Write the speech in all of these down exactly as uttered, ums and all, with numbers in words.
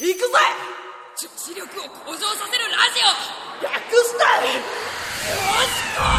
行くぜ。 女子力を向上させるラジオ、 略してよしこ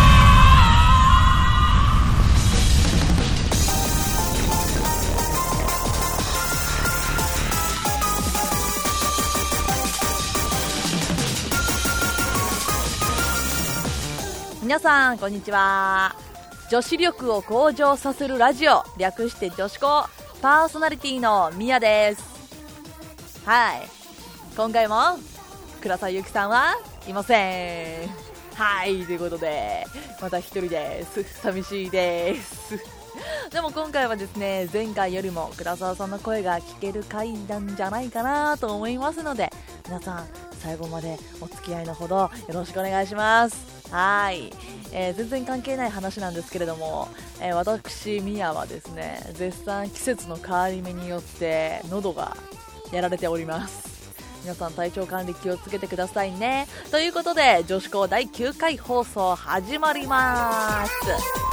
皆さんこんにちは。女子力を向上させるラジオ、略して女子校、パーソナリティのみやです。はい、今回も倉沢ゆきさんはいません。はい、ということでまた一人です。寂しいですでも今回はですね、前回よりも倉沢さんの声が聞ける回なんじゃないかなと思いますので、皆さん最後までお付き合いのほどよろしくお願いします。はい、えー、全然関係ない話なんですけれども、えー、私ミヤはですね、絶賛季節の変わり目によって喉がやられております。皆さん体調管理気をつけてくださいね。ということで女子校だいきゅうかい放送始まります。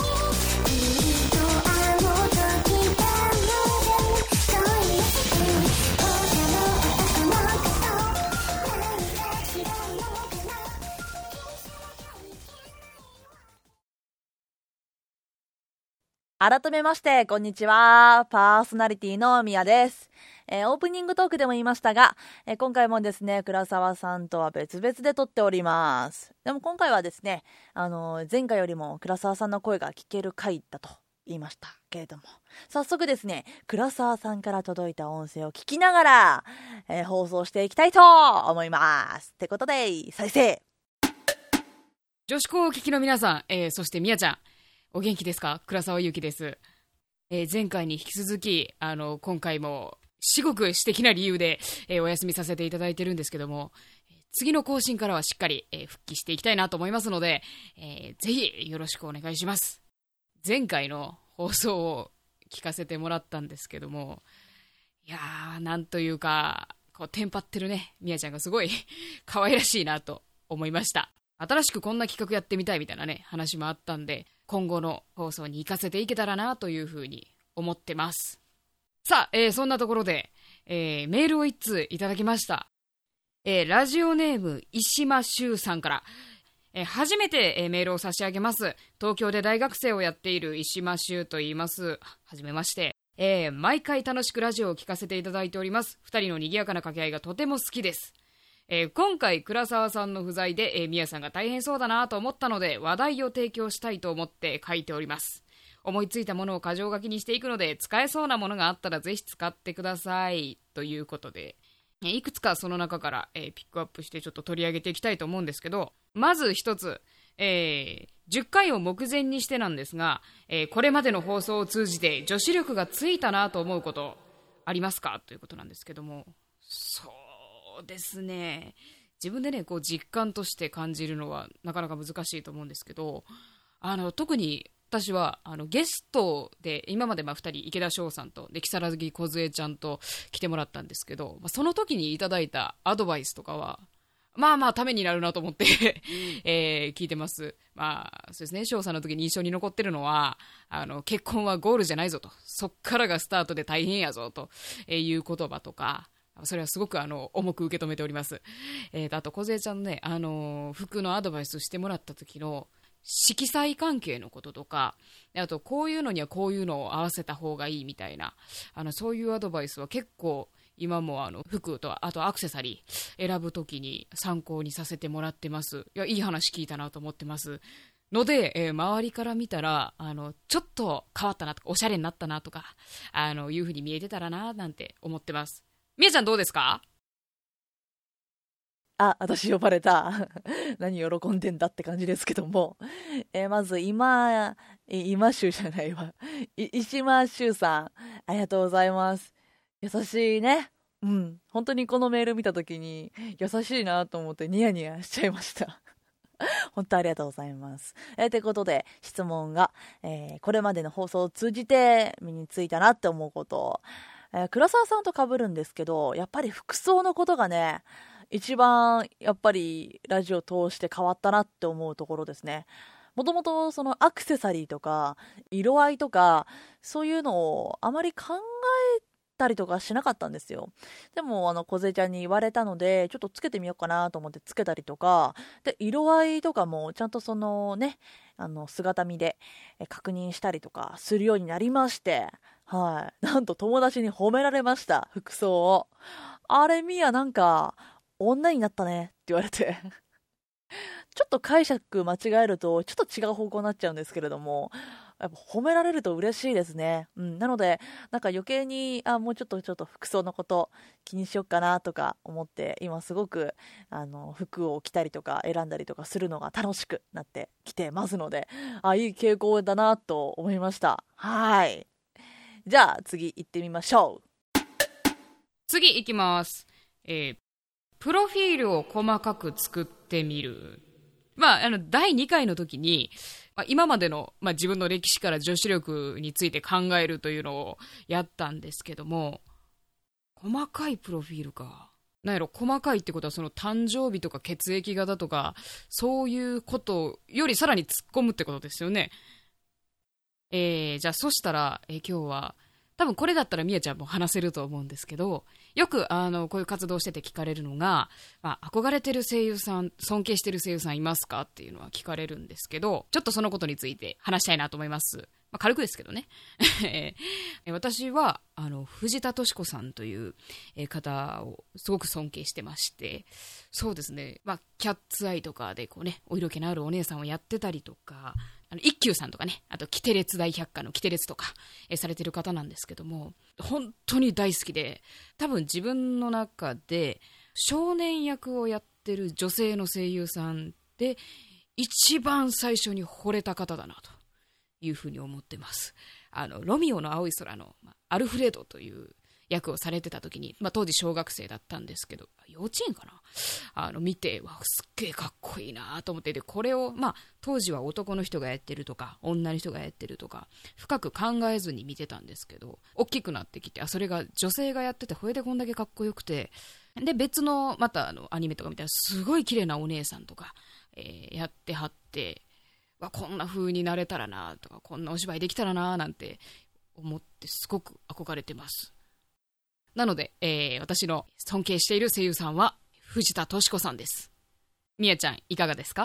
改めましてこんにちは、パーソナリティのみやです。えー、オープニングトークでも言いましたが、えー、今回もですね倉沢さんとは別々で撮っております。でも今回はですね、あのー、前回よりも倉沢さんの声が聞ける回だと言いましたけれども、早速ですね倉沢さんから届いた音声を聞きながら、えー、放送していきたいと思います。ってことで再生。 女子校をお聞きの皆さん、えー、そしてみやちゃんお元気ですか？倉沢ゆきです。えー、前回に引き続きあの今回も至極私的な理由で、えー、お休みさせていただいてるんですけども、次の更新からはしっかり、えー、復帰していきたいなと思いますので、えー、ぜひよろしくお願いします。前回の放送を聞かせてもらったんですけども、いやーなんというかこうテンパってるねみやちゃんがすごい可愛らしいなと思いました。新しくこんな企画やってみたいみたいなね話もあったんで、今後の放送に活かせていけたらなというふうに思ってます。さあ、えー、そんなところで、えー、メールを一通いただきました。えー、ラジオネーム石間修さんから、えー、初めて、えー、メールを差し上げます。東京で大学生をやっている石間修と言います。はじめまして。えー、毎回楽しくラジオを聞かせていただいております。二人の賑やかな掛け合いがとても好きです。えー、今回倉沢さんの不在で、えー、宮さんが大変そうだなと思ったので話題を提供したいと思って書いております。思いついたものを箇条書きにしていくので、使えそうなものがあったらぜひ使ってくださいということで、えー、いくつかその中から、えー、ピックアップしてちょっと取り上げていきたいと思うんですけど、まず一つ、えー、じゅっかいを目前にしてなんですが、えー、これまでの放送を通じて女子力がついたなと思うことありますかということなんですけども、そうそうですね、自分でねこう実感として感じるのはなかなか難しいと思うんですけど、あの特に私はあのゲストで今までまあふたり池田翔さんとで木更木梢ちゃんと来てもらったんですけど、まあ、その時にいただいたアドバイスとかはまあまあためになるなと思ってえー、聞いてます。まあそうですね、翔さんの時に印象に残ってるのは、あの結婚はゴールじゃないぞと、そっからがスタートで大変やぞという言葉とか、それはすごくあの重く受け止めております。えーと、あと梢ちゃんのね、あのー、服のアドバイスしてもらった時の色彩関係のこととか、あとこういうのにはこういうのを合わせた方がいいみたいな、あのそういうアドバイスは結構今もあの服とあとアクセサリー選ぶ時に参考にさせてもらってます。いや、いい話聞いたなと思ってますので、えー、周りから見たらあのちょっと変わったなとかおしゃれになったなとか、あのいう風に見えてたらななんて思ってます。みやちゃんどうですか？ あ、私呼ばれた何喜んでんだって感じですけども、えー、まず今今週じゃないわ石間修さん、ありがとうございます。優しいね。うん、本当にこのメール見た時に優しいなと思ってニヤニヤしちゃいました本当ありがとうございます。えー、ということで質問が、えー、これまでの放送を通じて身についたなって思うこと、えー、倉沢さんと被るんですけど、やっぱり服装のことがね一番やっぱりラジオ通して変わったなって思うところですね。もともとそのアクセサリーとか色合いとかそういうのをあまり考えたりとかしなかったんですよ。でもあの梢ちゃんに言われたので、ちょっとつけてみようかなと思ってつけたりとかで、色合いとかもちゃんとそのね、あの姿見で確認したりとかするようになりまして、はい、なんと友達に褒められました、服装を。あれミヤなんか女になったねって言われてちょっと解釈間違えるとちょっと違う方向になっちゃうんですけれども、やっぱ褒められると嬉しいですね。うん、なのでなんか余計にあもうちょっとちょっと服装のこと気にしようかなとか思って、今すごくあの服を着たりとか選んだりとかするのが楽しくなってきてますので、あいい傾向だなと思いました。はい、じゃあ次行ってみましょう。 次行きます。えー、プロフィールを細かく作ってみる。まあ、あのだいにかいの時に、まあ、今までの、まあ、自分の歴史から女子力について考えるというのをやったんですけども、細かいプロフィールか。なんやろ、細かいってことはその誕生日とか血液型とかそういうことよりさらに突っ込むってことですよね。えー、じゃあそしたら、えー、今日は多分これだったらみやちゃんも話せると思うんですけど、よくあのこういう活動してて聞かれるのが、まあ、憧れてる声優さん、尊敬してる声優さんいますかっていうのは聞かれるんですけど、ちょっとそのことについて話したいなと思います。まあ、軽くですけどね私はあの藤田敏子さんという方をすごく尊敬してまして、そうですね、まあ、キャッツアイとかでこう、ね、お色気のあるお姉さんをやってたりとか、あの一休さんとかね、あとキテレツ大百科のキテレツとか、えされてる方なんですけども、本当に大好きで、多分自分の中で少年役をやってる女性の声優さんで一番最初に惚れた方だなというふうに思ってます。あのロミオの青い空の、まあ、アルフレードという役をされてた時に、まあ、当時小学生だったんですけど、幼稚園かな、あの見て、わすっげえかっこいいなと思って、でこれを、まあ、当時は男の人がやってるとか女の人がやってるとか深く考えずに見てたんですけど、大きくなってきて、あそれが女性がやってて、これでこんだけかっこよくて、で別のまたあのアニメとか見たらすごい綺麗なお姉さんとか、えー、やってはって、わこんな風になれたらなとか、こんなお芝居できたらななんて思ってすごく憧れてます。なので、えー、私の尊敬している声優さんは藤田敏子さんです。みやちゃんいかがですか？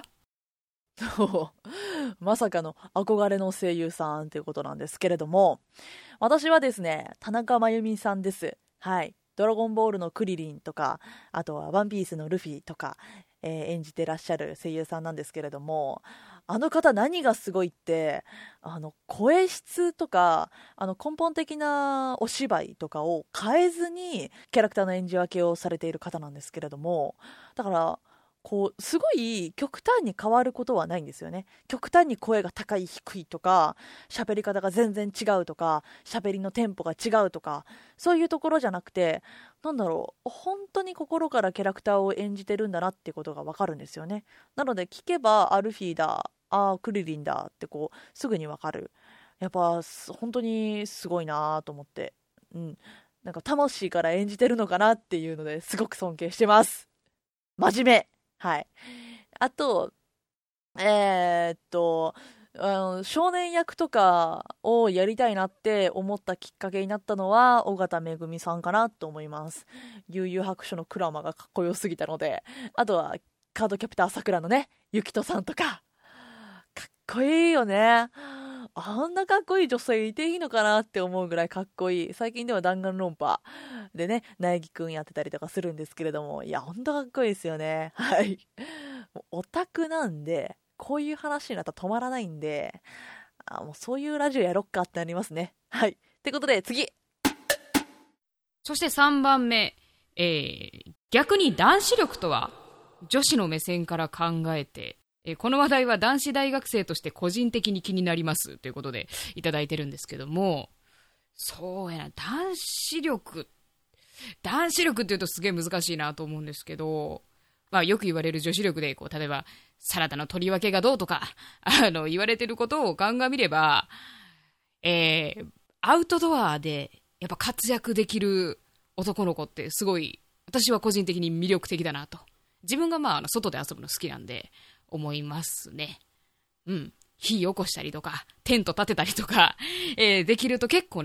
まさかの憧れの声優さんということなんですけれども、私はですね、田中真由美さんです。はい、ドラゴンボールのクリリンとか、あとはワンピースのルフィとか、えー、演じてらっしゃる声優さんなんですけれども、あの方何がすごいって、あの声質とかあの根本的なお芝居とかを変えずにキャラクターの演じ分けをされている方なんですけれども、だからこうすごい極端に変わることはないんですよね。極端に声が高い低いとか、喋り方が全然違うとか、喋りのテンポが違うとか、そういうところじゃなくて、なんだろう、本当に心からキャラクターを演じてるんだなってことがわかるんですよね。なので聞けばアルフィーだ、あークリリンだってこうすぐにわかる。やっぱ本当にすごいなと思って、うん、なんか魂から演じてるのかなっていうのですごく尊敬してます。真面目。はい。あと、えー、っと、あの少年役とかをやりたいなって思ったきっかけになったのは尾形めぐみさんかなと思います。悠々白書のクラマがかっこよすぎたので、あとはカードキャプターさくらのね、ゆきとさんとか、かっこいいよね。あんなかっこいい女性いていいのかなって思うぐらいかっこいい。最近では弾丸論破でね、苗木くんやってたりとかするんですけれども、いやほんとかっこいいですよね。はい。オタクなんでこういう話になったら止まらないんで、あもうそういうラジオやろっかってなりますね。はい。ってことで次。 そしてさんばんめ、えー、逆に男子力とは、女子の目線から考えて、えー、この話題は男子大学生として個人的に気になりますということでいただいてるんですけども、そうやな、男子力男子力っていうとすげえ難しいなと思うんですけど、まあ、よく言われる女子力でこう、例えばサラダの取り分けがどうとかあの言われてることを鑑みれば、えー、アウトドアでやっぱ活躍できる男の子ってすごい私は個人的に魅力的だなと、自分がまああの外で遊ぶの好きなんで思いますね。うん、火起こしたりとかテント立てたりとか、えー、できると結構ね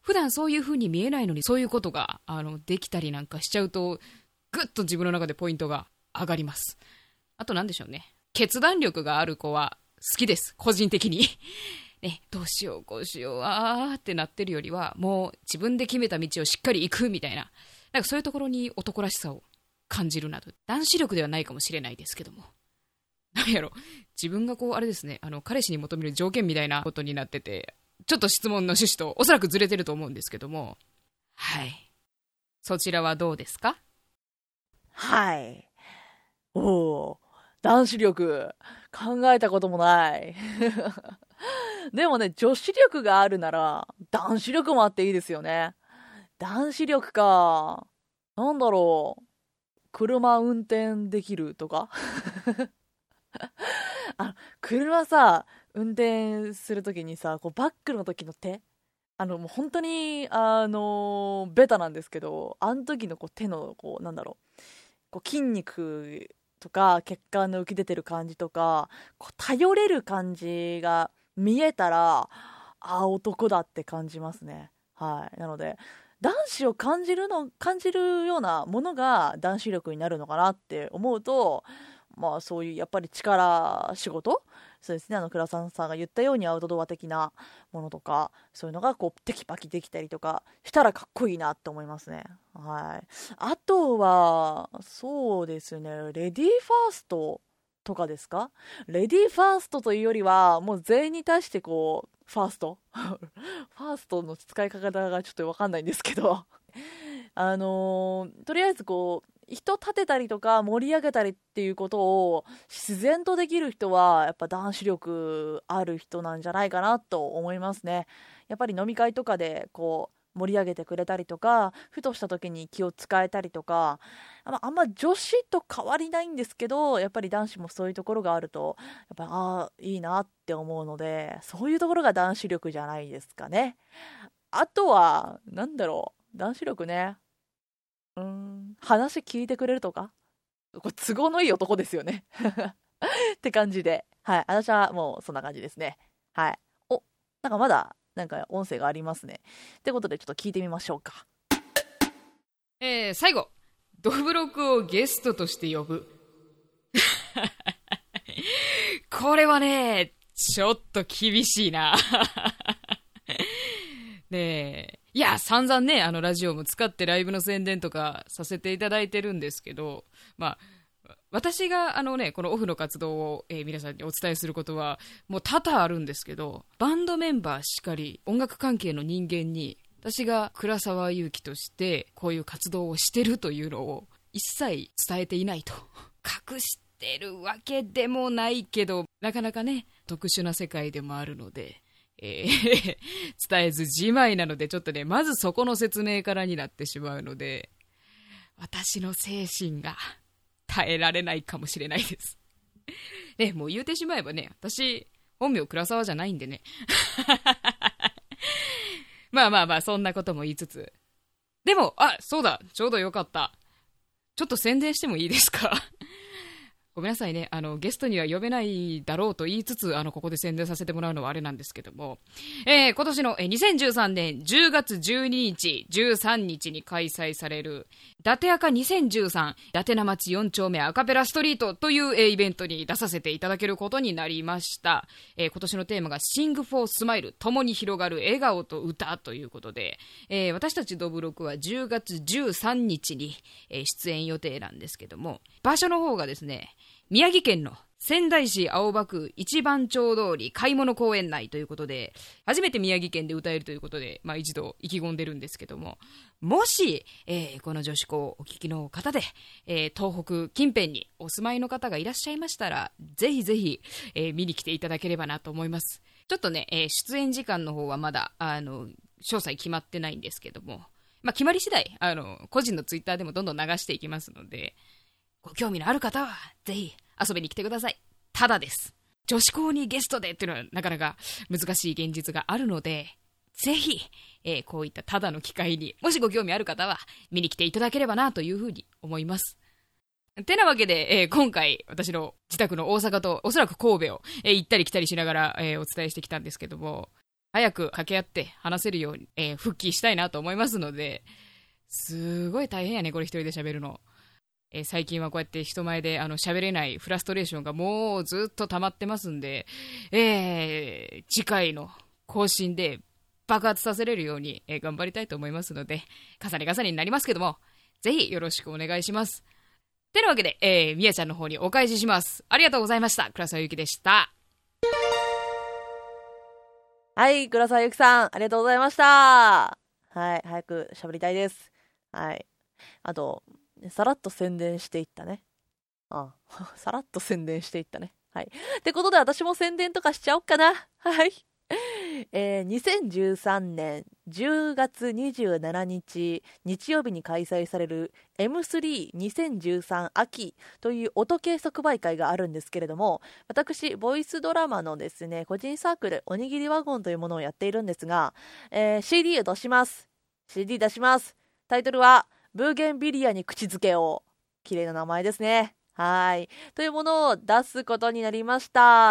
普段そういう風に見えないのにそういうことがあのできたりなんかしちゃうとぐっと自分の中でポイントが上がります。あとなんでしょうね、決断力がある子は好きです、個人的にね、どうしようこうしようあーってなってるよりはもう自分で決めた道をしっかり行くみたいな、なんかそういうところに男らしさを感じるなと。男子力ではないかもしれないですけども、なんやろ、自分がこうあれですね、あの彼氏に求める条件みたいなことになってて、ちょっと質問の趣旨とおそらくずれてると思うんですけども、はい、そちらはどうですか？ はい。おー、男子力考えたこともないでもね、女子力があるなら男子力もあっていいですよね。男子力か、なんだろう、車運転できるとかあ、車さ運転するときにさ、こうバックの時の手、あのもう本当にあのベタなんですけど、あの時のこう手のこうなんだろう、こう筋肉とか血管の浮き出てる感じとか、こう頼れる感じが見えたら、あ、男だって感じますね。はい。なので男子を感じるの感じるようなものが男子力になるのかなって思うと、まあそういうやっぱり力仕事、そうですね、あの倉さんさんが言ったようにアウトドア的なものとか、そういうのがこうテキパキできたりとかしたらかっこいいなって思いますね。はい。あとはそうですね、レディーファーストとかですか？レディーファーストというよりはもう全員に対してこうファーストファーストの使い方がちょっと分かんないんですけどあのー、とりあえずこう人立てたりとか盛り上げたりっていうことを自然とできる人はやっぱ男子力ある人なんじゃないかなと思いますね。やっぱり飲み会とかでこう盛り上げてくれたりとか、ふとした時に気を使えたりとか、あんま、あんま女子と変わりないんですけど、やっぱり男子もそういうところがあるとやっぱああいいなって思うので、そういうところが男子力じゃないですかね。あとはなんだろう、男子力ね、うーん、話聞いてくれるとか、これ都合のいい男ですよねって感じで、はい、私はもうそんな感じですね。はい。お、なんかまだなんか音声がありますね。ってことでちょっと聞いてみましょうか。 えー、最後、ドブロクをゲストとして呼ぶこれはね、ちょっと厳しいなねえ、いや散々ね、あのラジオも使ってライブの宣伝とかさせていただいてるんですけど、まあ私があのね、このオフの活動を、えー、皆さんにお伝えすることはもう多々あるんですけど、バンドメンバーしかり音楽関係の人間に私が倉沢祐希としてこういう活動をしてるというのを一切伝えていないと。隠してるわけでもないけど、なかなかね特殊な世界でもあるので、えー、伝えずじまいなので、ちょっとねまずそこの説明からになってしまうので、私の精神が耐えられないかもしれないですね。もう言うてしまえばね、私本名倉沢じゃないんでねまあまあまあ、そんなことも言いつつ、でもあ、そうだ、ちょうどよかった、ちょっと宣伝してもいいですかごめんなさいね、あのゲストには呼べないだろうと言いつつ、あのここで宣伝させてもらうのはあれなんですけども、えー、今年のにせんじゅうさんねんじゅうがつじゅうににちじゅうさんにちに開催される伊達赤にせんじゅうさん伊達な町よん丁目アカペラストリートという、えー、イベントに出させていただけることになりました。えー、今年のテーマが Sing for Smile 共に広がる笑顔と歌ということで、えー、私たちドブロクはじゅうがつじゅうさんにちに、えー、出演予定なんですけども、場所の方がですね、宮城県の仙台市青葉区一番町通り買い物公園内ということで、初めて宮城県で歌えるということで、まあ、一度意気込んでるんですけども、もし、えー、この女子校をお聞きの方で、えー、東北近辺にお住まいの方がいらっしゃいましたら、ぜひぜひ、えー、見に来ていただければなと思います。ちょっとね、えー、出演時間の方はまだあの詳細決まってないんですけども、まあ、決まり次第あの個人のツイッターでもどんどん流していきますので、ご興味のある方はぜひ遊びに来てください。ただです。女子校にゲストでっていうのはなかなか難しい現実があるので、ぜひ、えー、こういったただの機会にもしご興味ある方は見に来ていただければなというふうに思います。てなわけで、えー、今回私の自宅の大阪とおそらく神戸を、えー、行ったり来たりしながら、えー、お伝えしてきたんですけども、 早く掛け合って話せるように、えー、復帰したいなと思いますので、すごい大変やね、これ一人で喋るの。えー、最近はこうやって人前であの喋れないフラストレーションがもうずっと溜まってますんで、えー、次回の更新で爆発させれるように、えー、頑張りたいと思いますので、重ね重ねになりますけども、ぜひよろしくお願いします。てなわけで、えー、みやちゃんの方にお返しします。ありがとうございました。倉沢ゆきでした。 はい、倉沢ゆきさん、ありがとうございました。はい、早く喋りたいです。はい。あと、さらっと宣伝していったね。ああさらっと宣伝していったね。はい。ってことで私も宣伝とかしちゃおっかな。はい。えー、にせんじゅうさんねんじゅうがつにじゅうしちにち日曜日に開催される エムスリーにせんじゅうさん 秋という音系即売会があるんですけれども、私ボイスドラマのですね個人サークルおにぎりワゴンというものをやっているんですが、えー、シーディー を出します シーディー 出します。タイトルはブーゲンビリアに口づけを。綺麗な名前ですね。はい。というものを出すことになりました。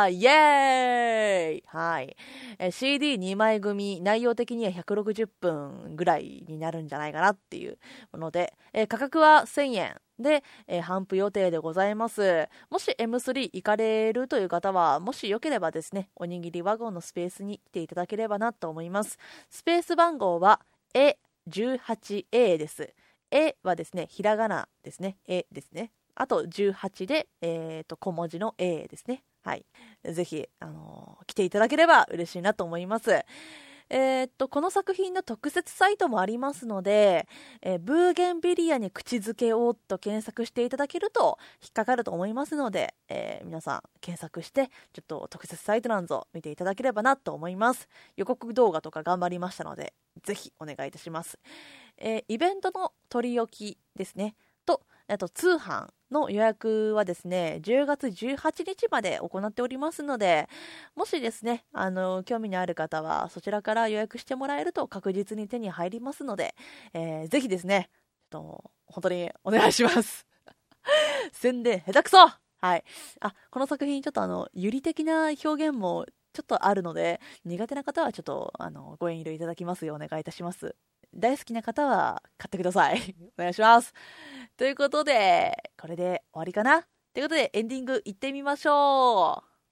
イエーイ。はい。え シーディーに 枚組、内容的にはひゃくろくじゅっぷんぐらいになるんじゃないかなっていうもので、え価格はせんえんで、え頒布予定でございます。もし エムスリー 行かれるという方は、もしよければですね、おにぎりワゴンのスペースに来ていただければなと思います。スペース番号は エーじゅうはちエー です。えはですね、ひらがなですね。えですね。あとじゅうはちで、えーと、小文字の A ですね。はい。ぜひ、あのー、来ていただければ嬉しいなと思います。えーと、この作品の特設サイトもありますので、えー、ブーゲンビリアに口づけをと検索していただけると引っかかると思いますので、えー、皆さん検索して、ちょっと特設サイトなんぞ見ていただければなと思います。予告動画とか頑張りましたので、ぜひお願いいたします。えー、イベントの取り置きですね。と、あと通販の予約はですね、じゅうがつじゅうはちにちまで行っておりますので、もしですね、あの、興味のある方はそちらから予約してもらえると確実に手に入りますので、えー、ぜひですね、ちょっと、本当にお願いします。宣伝下手くそ。はい。あ、この作品ちょっとあの、有利的な表現もちょっとあるので、苦手な方はちょっと、あの、ご遠慮いただきますようお願いいたします。大好きな方は買ってください。お願いします。ということで、これで終わりかなということで、エンディングいってみましょう。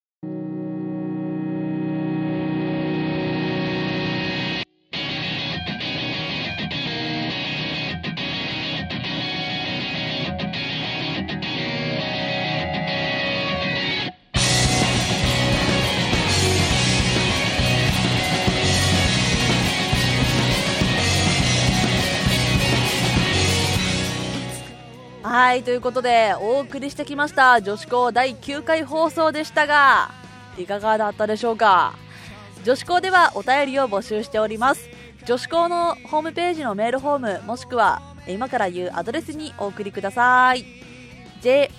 はい、ということでお送りしてきました女子校だいきゅうかい放送でしたが、いかがだったでしょうか。女子校ではお便りを募集しております。女子校のホームページのメールフォーム、もしくは今から言うアドレスにお送りください。 ジョ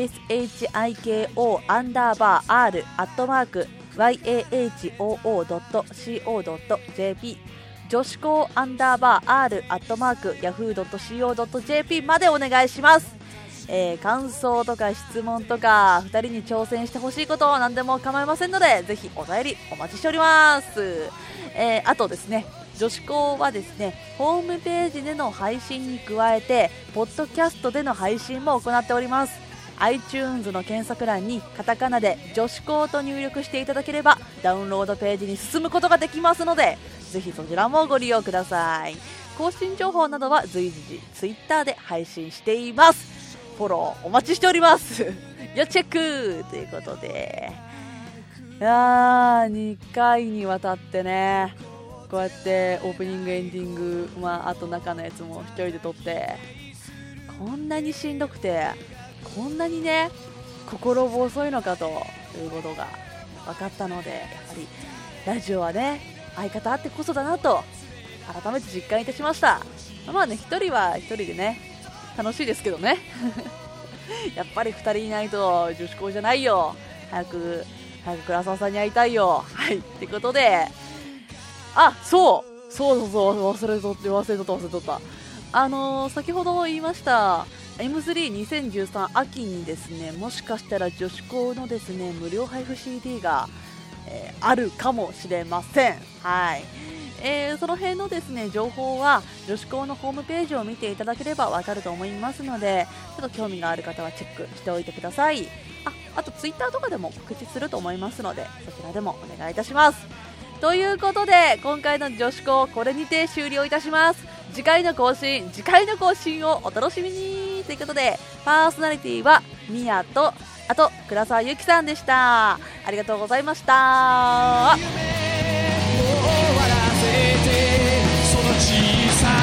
シコ アンダーバー R アットマーク ワイエーエイチオーオードットシーオードットジェーピー 女子校アンダーバー R アットマーク ヤフードットシーオードットジェーピー までお願いします。えー、感想とか質問とかふたりに挑戦してほしいこと何でも構いませんので、ぜひお便りお待ちしております。えー、あとですね、女子校はですね、ホームページでの配信に加えてポッドキャストでの配信も行っております。 iTunes の検索欄にカタカナで女子校と入力していただければダウンロードページに進むことができますので、ぜひそちらもご利用ください。更新情報などは随時 Twitter で配信しています。フォローお待ちしております。要チェックということで、いやーにかいにわたってね、こうやってオープニングエンディング、まあ、あと中のやつも一人で撮って、こんなにしんどくてこんなにね心細いのかということが分かったので、やっぱりラジオはね相方あってこそだなと改めて実感いたしました。まあね、一人は一人でね楽しいですけどねやっぱりふたりいないと女子校じゃないよ。早く早く倉沢さんに会いたいよ。はい、ってことで、あ、そうそうそうそう忘れとって忘れとった忘れとったあのー、先ほど言いました エムスリーにせんじゅうさん 秋にですね、もしかしたら女子校のですね無料配布 シーディー がえー、あるかもしれません。はい、えー、その辺のですね情報は女子校のホームページを見ていただければわかると思いますので、ちょっと興味がある方はチェックしておいてください。あ、あとツイッターとかでも告知すると思いますので、そちらでもお願いいたします。ということで今回の女子校これにて終了いたします。次回の更新次回の更新をお楽しみにということで、パーソナリティはみやと、あと倉沢ゆきさんでした。ありがとうございました。 夢を終わらせてその小さ